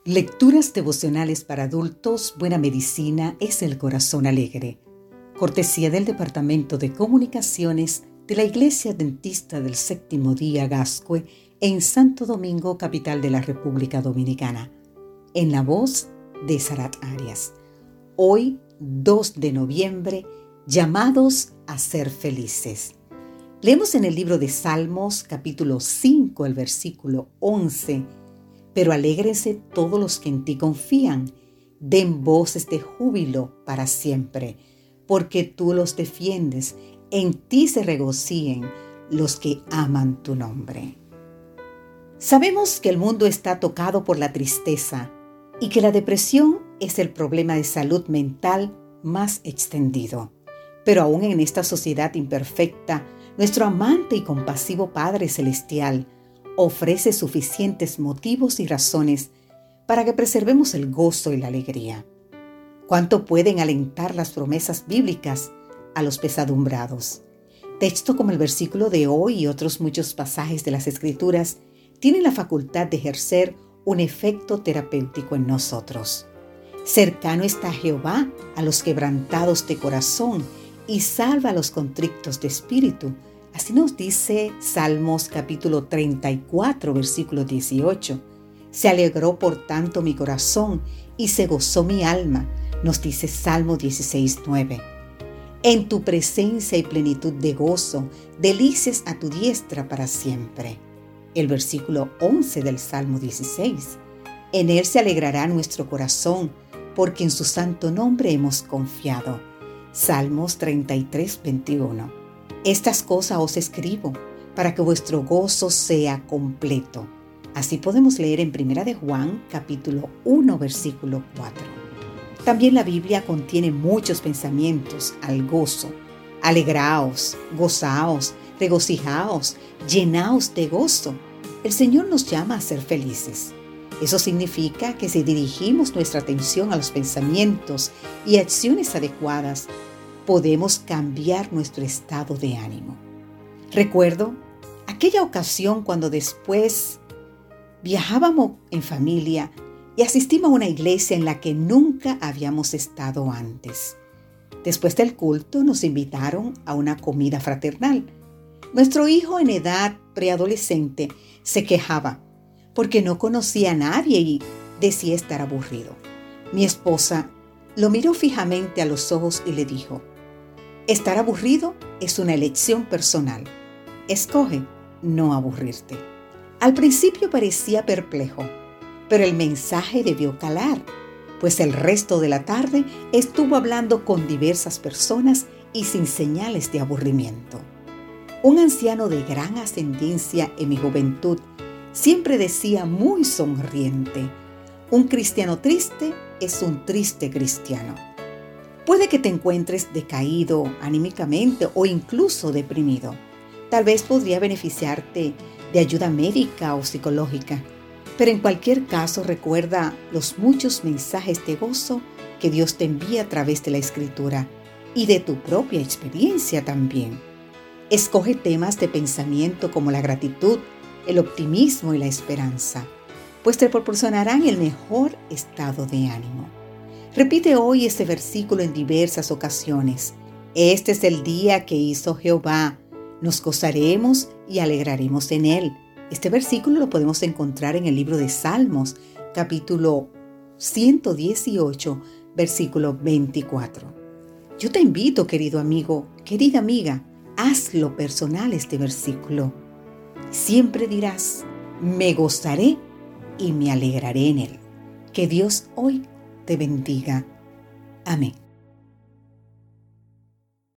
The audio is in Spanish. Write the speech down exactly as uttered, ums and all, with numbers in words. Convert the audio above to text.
Lecturas devocionales para adultos. Buena medicina es el corazón alegre. Cortesía del Departamento de Comunicaciones de la Iglesia Adventista del Séptimo Día Gascue en Santo Domingo, capital de la República Dominicana. En la voz de Sarat Arias. Hoy, dos de noviembre, llamados a ser felices. Leemos en el libro de Salmos, capítulo cinco, el versículo once. Pero alégrense todos los que en ti confían, den voces de júbilo para siempre, porque tú los defiendes, en ti se regocijen los que aman tu nombre. Sabemos que el mundo está tocado por la tristeza y que la depresión es el problema de salud mental más extendido. Pero aún en esta sociedad imperfecta, nuestro amante y compasivo Padre Celestial ofrece suficientes motivos y razones para que preservemos el gozo y la alegría. ¿Cuánto pueden alentar las promesas bíblicas a los pesadumbrados? Texto como el versículo de hoy y otros muchos pasajes de las Escrituras tienen la facultad de ejercer un efecto terapéutico en nosotros. Cercano está Jehová a los quebrantados de corazón y salva a los contritos de espíritu. Así nos dice Salmos capítulo treinta y cuatro, versículo dieciocho. Se alegró por tanto mi corazón y se gozó mi alma, nos dice Salmo dieciséis, nueve. En tu presencia y plenitud de gozo, delicias a tu diestra para siempre. El versículo once del Salmo dieciséis. En él se alegrará nuestro corazón, porque en su santo nombre hemos confiado. Salmos treinta y tres, veintiuno. Estas cosas os escribo para que vuestro gozo sea completo. Así podemos leer en Primera de Juan, capítulo uno, versículo cuatro. También la Biblia contiene muchos pensamientos al gozo. Alegraos, gozaos, regocijaos, llenaos de gozo. El Señor nos llama a ser felices. Eso significa que si dirigimos nuestra atención a los pensamientos y acciones adecuadas, podemos cambiar nuestro estado de ánimo. Recuerdo aquella ocasión cuando después viajábamos en familia y asistimos a una iglesia en la que nunca habíamos estado antes. Después del culto nos invitaron a una comida fraternal. Nuestro hijo en edad preadolescente se quejaba porque no conocía a nadie y decía estar aburrido. Mi esposa lo miró fijamente a los ojos y le dijo: estar aburrido es una elección personal. Escoge no aburrirte. Al principio parecía perplejo, pero el mensaje debió calar, pues el resto de la tarde estuvo hablando con diversas personas y sin señales de aburrimiento. Un anciano de gran ascendencia en mi juventud siempre decía muy sonriente: un cristiano triste es un triste cristiano. Puede que te encuentres decaído anímicamente o incluso deprimido. Tal vez podría beneficiarte de ayuda médica o psicológica. Pero en cualquier caso, recuerda los muchos mensajes de gozo que Dios te envía a través de la Escritura y de tu propia experiencia también. Escoge temas de pensamiento como la gratitud, el optimismo y la esperanza, pues te proporcionarán el mejor estado de ánimo. Repite hoy este versículo en diversas ocasiones. Este es el día que hizo Jehová. Nos gozaremos y alegraremos en él. Este versículo lo podemos encontrar en el libro de Salmos, capítulo ciento dieciocho, versículo veinticuatro. Yo te invito, querido amigo, querida amiga, hazlo personal este versículo. Siempre dirás: me gozaré y me alegraré en él. Que Dios hoy te bendiga. Amén.